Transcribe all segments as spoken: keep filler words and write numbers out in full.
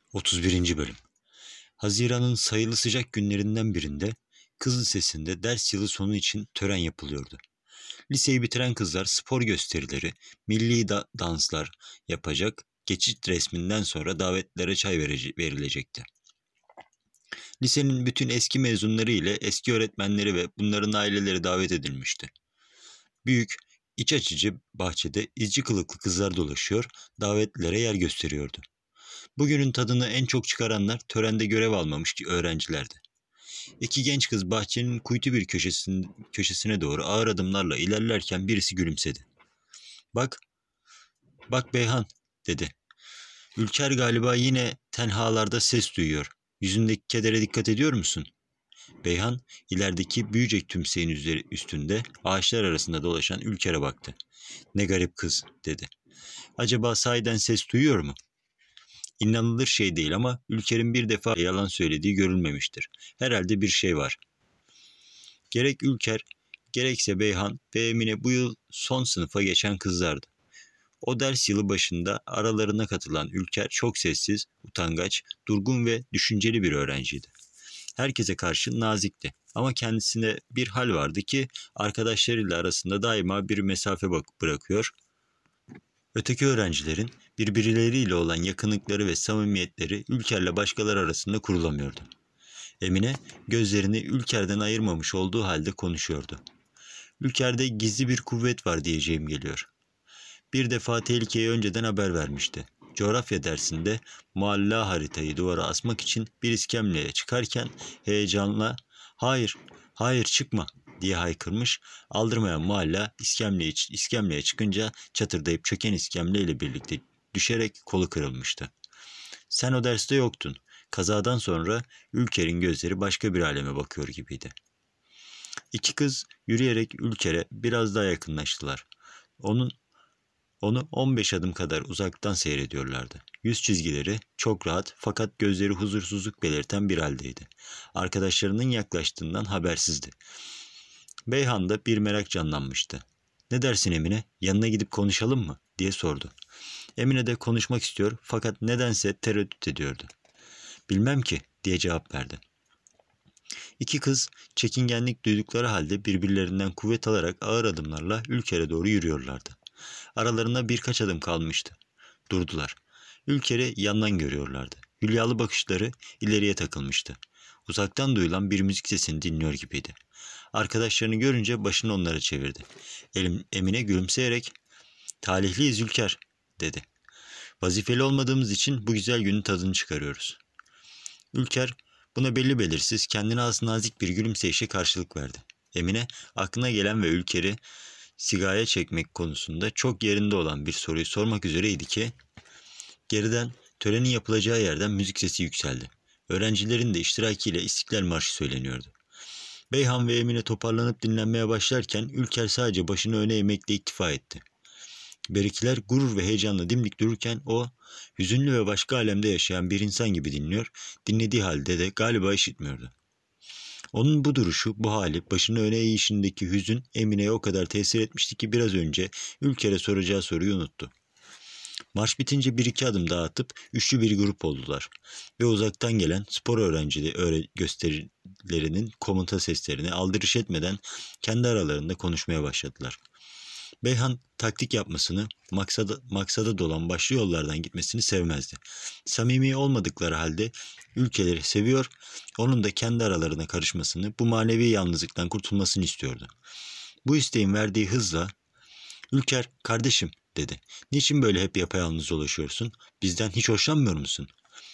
otuz birinci. Bölüm. Haziran'ın sayılı sıcak günlerinden birinde kız lisesinde ders yılı sonu için tören yapılıyordu. Liseyi bitiren kızlar spor gösterileri, milli da- danslar yapacak, geçit resminden sonra davetlilere çay verece- verilecekti. Lisenin bütün eski mezunları ile eski öğretmenleri ve bunların aileleri davet edilmişti. Büyük, iç açıcı bahçede izci kılıklı kızlar dolaşıyor, davetlilere yer gösteriyordu. Bugünün tadını en çok çıkaranlar törende görev almamış öğrencilerdi. İki genç kız bahçenin kuytu bir köşesin, köşesine doğru ağır adımlarla ilerlerken birisi gülümsedi. "Bak, bak Beyhan," dedi. "Ülker galiba yine tenhalarda ses duyuyor. Yüzündeki kedere dikkat ediyor musun?" Beyhan, ilerideki büyücek tümseyin üzeri üstünde ağaçlar arasında dolaşan Ülker'e baktı. "Ne garip kız," dedi. "Acaba sahiden ses duyuyor mu?" İnanılır şey değil ama Ülker'in bir defa yalan söylediği görülmemiştir. Herhalde bir şey var. Gerek Ülker, gerekse Beyhan ve Emine bu yıl son sınıfa geçen kızlardı. O ders yılı başında aralarına katılan Ülker çok sessiz, utangaç, durgun ve düşünceli bir öğrenciydi. Herkese karşı nazikti ama kendisine bir hal vardı ki arkadaşlarıyla arasında daima bir mesafe bırakıyor. Öteki öğrencilerin birbirleriyle olan yakınlıkları ve samimiyetleri Ülker'le başkaları arasında kurulamıyordu. Emine gözlerini Ülker'den ayırmamış olduğu halde konuşuyordu. "Ülker'de gizli bir kuvvet var diyeceğim geliyor. Bir defa tehlikeyi önceden haber vermişti. Coğrafya dersinde mualla haritayı duvara asmak için bir iskemleye çıkarken heyecanla 'Hayır, hayır çıkma,' diye haykırmış, aldırmayan mualla iskemleye, iskemleye çıkınca çatırdayıp çöken iskemle ile birlikte düşerek kolu kırılmıştı. Sen o derste yoktun. Kazadan sonra Ülker'in gözleri başka bir aleme bakıyor gibiydi." İki kız yürüyerek Ülker'e biraz daha yakınlaştılar. Onun Onu on beş adım kadar uzaktan seyrediyorlardı. Yüz çizgileri çok rahat fakat gözleri huzursuzluk belirten bir haldeydi. Arkadaşlarının yaklaştığından habersizdi. Beyhan'da bir merak canlanmıştı. "Ne dersin Emine? Yanına gidip konuşalım mı?" diye sordu. Emine de konuşmak istiyor fakat nedense tereddüt ediyordu. "Bilmem ki," diye cevap verdi. İki kız çekingenlik duydukları halde birbirlerinden kuvvet alarak ağır adımlarla Ülker'e doğru yürüyorlardı. Aralarında birkaç adım kalmıştı. Durdular. Ülker'i yandan görüyorlardı. Hülyalı bakışları ileriye takılmıştı. Uzaktan duyulan bir müzik sesini dinliyor gibiydi. Arkadaşlarını görünce başını onlara çevirdi. Elim, Emine gülümseyerek "Talihliyiz Ülker," dedi. "Vazifeli olmadığımız için bu güzel günün tadını çıkarıyoruz." Ülker buna belli belirsiz kendine az nazik bir gülümseyişe karşılık verdi. Emine aklına gelen ve Ülker'i sigaya çekmek konusunda çok yerinde olan bir soruyu sormak üzereydi ki geriden törenin yapılacağı yerden müzik sesi yükseldi. Öğrencilerin de iştirakiyle İstiklal Marşı söyleniyordu. Beyhan ve Emine toparlanıp dinlenmeye başlarken Ülker sadece başını öne eğmekle iktifa etti. Berikiler gurur ve heyecanla dimdik dururken o, hüzünlü ve başka alemde yaşayan bir insan gibi dinliyor, dinlediği halde de galiba işitmiyordu. Onun bu duruşu, bu hali, başını öne eğişindeki hüzün Emine'ye o kadar tesir etmişti ki biraz önce Ülker'e soracağı soruyu unuttu. Marş bitince bir iki adım daha atıp üçlü bir grup oldular ve uzaktan gelen spor öğrencileri gösterilerinin komuta seslerine aldırış etmeden kendi aralarında konuşmaya başladılar. Beyhan taktik yapmasını, maksada, maksada dolan başlı yollardan gitmesini sevmezdi. Samimi olmadıkları halde ülkeleri seviyor, onun da kendi aralarına karışmasını, bu manevi yalnızlıktan kurtulmasını istiyordu. Bu isteğin verdiği hızla "Ülker, kardeşim," dedi. "Niçin böyle hep yapayalnız dolaşıyorsun? Bizden hiç hoşlanmıyor musun?"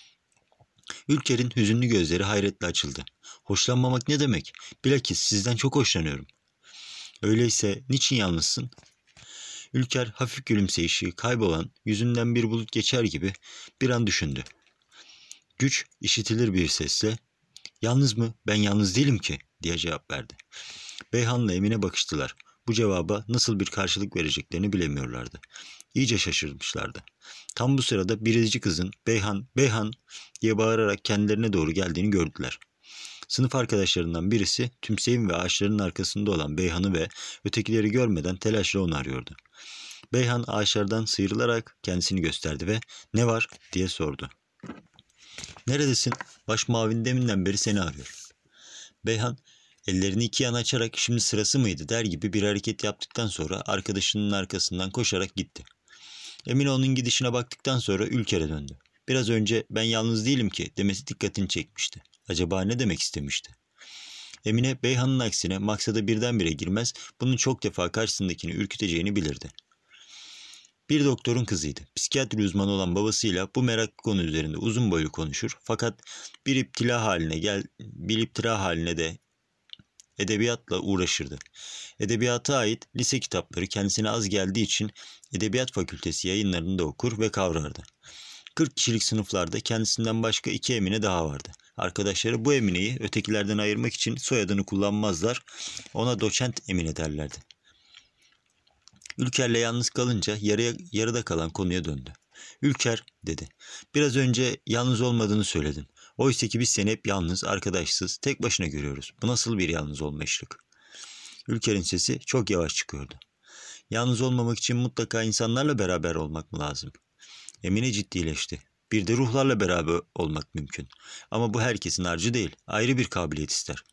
Ülker'in hüzünlü gözleri hayretle açıldı. "Hoşlanmamak ne demek? Bilakis sizden çok hoşlanıyorum." "Öyleyse niçin yalnızsın?" Ülker hafif gülümseyişi kaybolan yüzünden bir bulut geçer gibi bir an düşündü. Güç, işitilir bir sesle "Yalnız mı? Ben yalnız değilim ki," diye cevap verdi. Beyhan'la Emine bakıştılar. Bu cevaba nasıl bir karşılık vereceklerini bilemiyorlardı. İyice şaşırmışlardı. Tam bu sırada biricik kızın "Beyhan, Beyhan," diye bağırarak kendilerine doğru geldiğini gördüler. Sınıf arkadaşlarından birisi tümseyin ve ağaçların arkasında olan Beyhan'ı ve ötekileri görmeden telaşla onu arıyordu. Beyhan ağaçlardan sıyrılarak kendisini gösterdi ve "Ne var?" diye sordu. Neredesin? Baş mavin deminden beri seni arıyor. Beyhan ellerini iki yana açarak şimdi sırası mıydı der gibi bir hareket yaptıktan sonra arkadaşının arkasından koşarak gitti. Emine onun gidişine baktıktan sonra Ülker'e döndü. Biraz önce ben yalnız değilim ki demesi dikkatini çekmişti. Acaba ne demek istemişti? Emine Beyhan'ın aksine maksada birdenbire girmez, bunun çok defa karşısındakini ürküteceğini bilirdi. Bir doktorun kızıydı. Psikiyatri uzmanı olan babasıyla bu meraklı konu üzerinde uzun boylu konuşur fakat bir iptila haline gel bir iptila haline de edebiyatla uğraşırdı. Edebiyata ait lise kitapları kendisine az geldiği için Edebiyat Fakültesi yayınlarını da okur ve kavrardı. kırk kişilik sınıflarda kendisinden başka iki Emine daha vardı. Arkadaşları bu Emine'yi ötekilerden ayırmak için soyadını kullanmazlar, ona doçent Emine derlerdi. Ülker'le yalnız kalınca yarıya, yarıda kalan konuya döndü. Ülker dedi, biraz önce yalnız olmadığını söyledin. Oysa ki biz seni hep yalnız, arkadaşsız, tek başına görüyoruz. Bu nasıl bir yalnız olma işlik? Ülker'in sesi çok yavaş çıkıyordu. Yalnız olmamak için mutlaka insanlarla beraber olmak mı lazım? Emine ciddileşti. Bir de ruhlarla beraber olmak mümkün. Ama bu herkesin harcı değil, ayrı bir kabiliyet ister.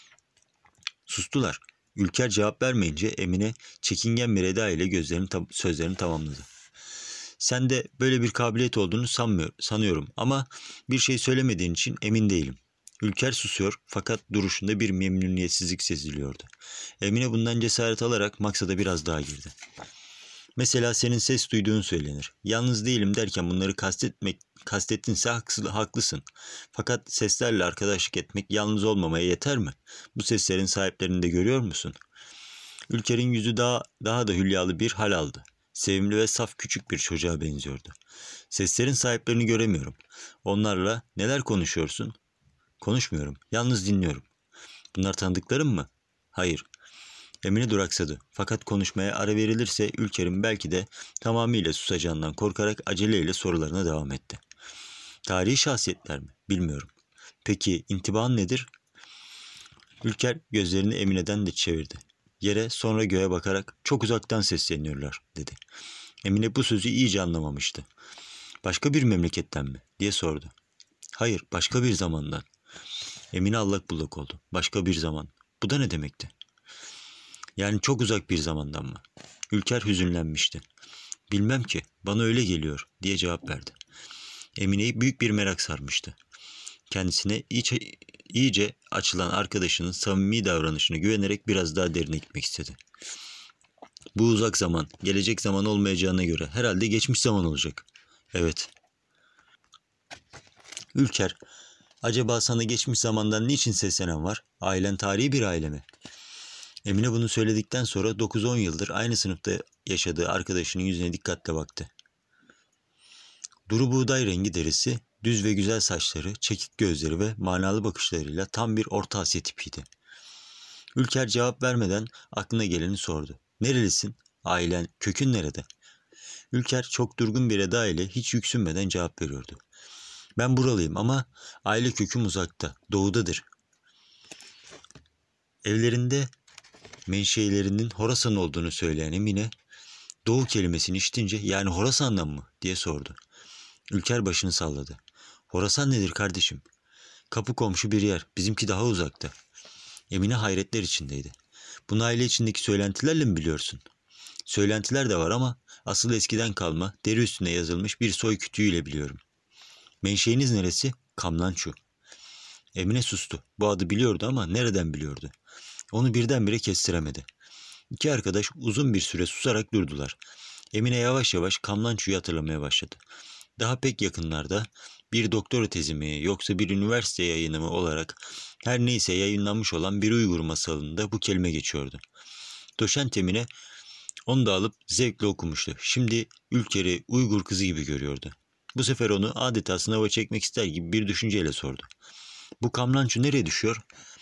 Sustular. Ülker cevap vermeyince Emine çekingen bir eda ile gözlerini tam, sözlerini tamamladı. Sen de böyle bir kabiliyet olduğunu sanmıyor, sanıyorum ama bir şey söylemediğin için emin değilim. Ülker susuyor fakat duruşunda bir memnuniyetsizlik seziliyordu. Emine bundan cesaret alarak maksada biraz daha girdi. Mesela senin ses duyduğun söylenir. Yalnız değilim derken bunları kastetmek, kastettinse haklısın. Fakat seslerle arkadaşlık etmek yalnız olmamaya yeter mi? Bu seslerin sahiplerini de görüyor musun? Ülker'in yüzü daha, daha da hülyalı bir hal aldı. Sevimli ve saf küçük bir çocuğa benziyordu. Seslerin sahiplerini göremiyorum. Onlarla neler konuşuyorsun? Konuşmuyorum. Yalnız dinliyorum. Bunlar tanıdıklarım mı? Hayır. Emine duraksadı. Fakat konuşmaya ara verilirse Ülker'in belki de tamamıyla susacağından korkarak aceleyle sorularına devam etti. Tarihi şahsiyetler mi? Bilmiyorum. Peki intiban nedir? Ülker gözlerini Emine'den de çevirdi. Yere sonra göğe bakarak çok uzaktan sesleniyorlar dedi. Emine bu sözü iyice anlamamıştı. Başka bir memleketten mi? Diye sordu. Hayır, başka bir zamandan. Emine allak bullak oldu. Başka bir zaman. Bu da ne demekti? Yani çok uzak bir zamandan mı? Ülker hüzünlenmişti. Bilmem ki, bana öyle geliyor diye cevap verdi. Emine'yi büyük bir merak sarmıştı. Kendisine iyice, iyice açılan arkadaşının samimi davranışını güvenerek biraz daha derine gitmek istedi. Bu uzak zaman, gelecek zaman olmayacağına göre herhalde geçmiş zaman olacak. Evet. Ülker, acaba sana geçmiş zamandan niçin seslenen var? Ailen tarihi bir aile mi? Emine bunu söyledikten sonra dokuz on yıldır aynı sınıfta yaşadığı arkadaşının yüzüne dikkatle baktı. Duru buğday rengi derisi, düz ve güzel saçları, çekik gözleri ve manalı bakışlarıyla tam bir Orta Asya tipiydi. Ülker cevap vermeden aklına geleni sordu. Nerelisin? Ailen, kökün nerede? Ülker çok durgun bir eda ile hiç yüksünmeden cevap veriyordu. Ben buralıyım ama aile köküm uzakta, doğudadır. Evlerinde menşeilerinin Horasan olduğunu söyleyen Emine, Doğu kelimesini işitince yani Horasan'dan mı diye sordu. Ülker başını salladı. Horasan nedir kardeşim? Kapı komşu bir yer, bizimki daha uzakta. Emine hayretler içindeydi. Bunu aile içindeki söylentilerle mi biliyorsun? Söylentiler de var ama asıl eskiden kalma, deri üstüne yazılmış bir soy kütüğüyle biliyorum. Menşeiniz neresi? Kamlançu. Emine sustu. Bu adı biliyordu ama nereden biliyordu? Onu birdenbire kestiremedi. İki arkadaş uzun bir süre susarak durdular. Emine yavaş yavaş Kamlançu'yu hatırlamaya başladı. Daha pek yakınlarda bir doktora tezi mi yoksa bir üniversite yayını mı olarak her neyse yayınlanmış olan bir Uygur masalında bu kelime geçiyordu. Doçent Emine onu da alıp zevkle okumuştu. Şimdi Ülker'i Uygur kızı gibi görüyordu. Bu sefer onu adeta sınava çekmek ister gibi bir düşünceyle sordu. Bu Kamlançu nereye düşüyor?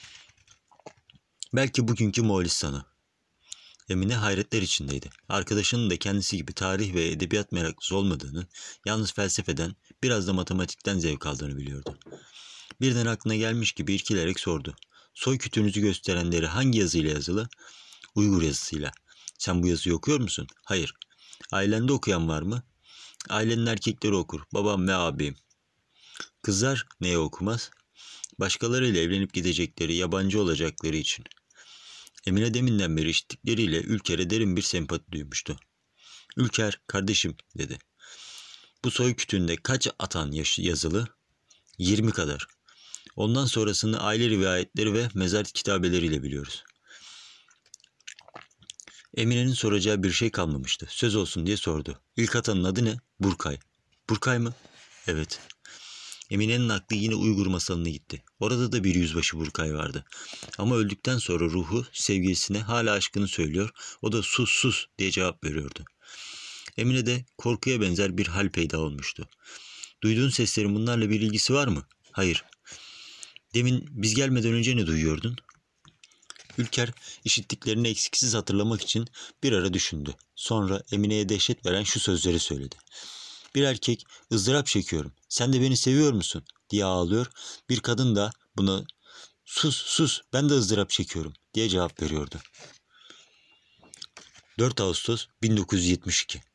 Belki bugünkü Moğolistan'a. Emine hayretler içindeydi. Arkadaşının da kendisi gibi tarih ve edebiyat meraklısı olmadığını, yalnız felsefeden, biraz da matematikten zevk aldığını biliyordu. Birden aklına gelmiş gibi irkilerek sordu. Soy kütüğünüzü gösterenleri hangi yazıyla yazılı? Uygur yazısıyla. Sen bu yazıyı okuyor musun? Hayır. Ailende okuyan var mı? Ailenin erkekleri okur. Babam ve abim. Kızlar neye okumaz? Başkalarıyla evlenip gidecekleri, yabancı olacakları için. Emine deminden beri işittikleriyle Ülker'e derin bir sempati duymuştu. Ülker, kardeşim dedi. Bu soy kütüğünde kaç atan yazılı? Yirmi kadar. Ondan sonrasını aile rivayetleri ve mezar kitabeleriyle biliyoruz. Emine'nin soracağı bir şey kalmamıştı. Söz olsun diye sordu. İlk atanın adı ne? Burkay. Burkay mı? Evet. Emine'nin aklı yine Uygur masalına gitti. Orada da bir yüzbaşı Burkay vardı. Ama öldükten sonra ruhu sevgilisine hala aşkını söylüyor. O da sus sus diye cevap veriyordu. Emine de korkuya benzer bir hal peyda olmuştu. Duyduğun seslerin bunlarla bir ilgisi var mı? Hayır. Demin biz gelmeden önce ne duyuyordun? Ülker işittiklerini eksiksiz hatırlamak için bir ara düşündü. Sonra Emine'ye dehşet veren şu sözleri söyledi. Bir erkek ızdırap çekiyorum. Sen de beni seviyor musun? Diye ağlıyor. Bir kadın da buna sus sus ben de ızdırap çekiyorum diye cevap veriyordu. dört Ağustos bin dokuz yüz yetmiş iki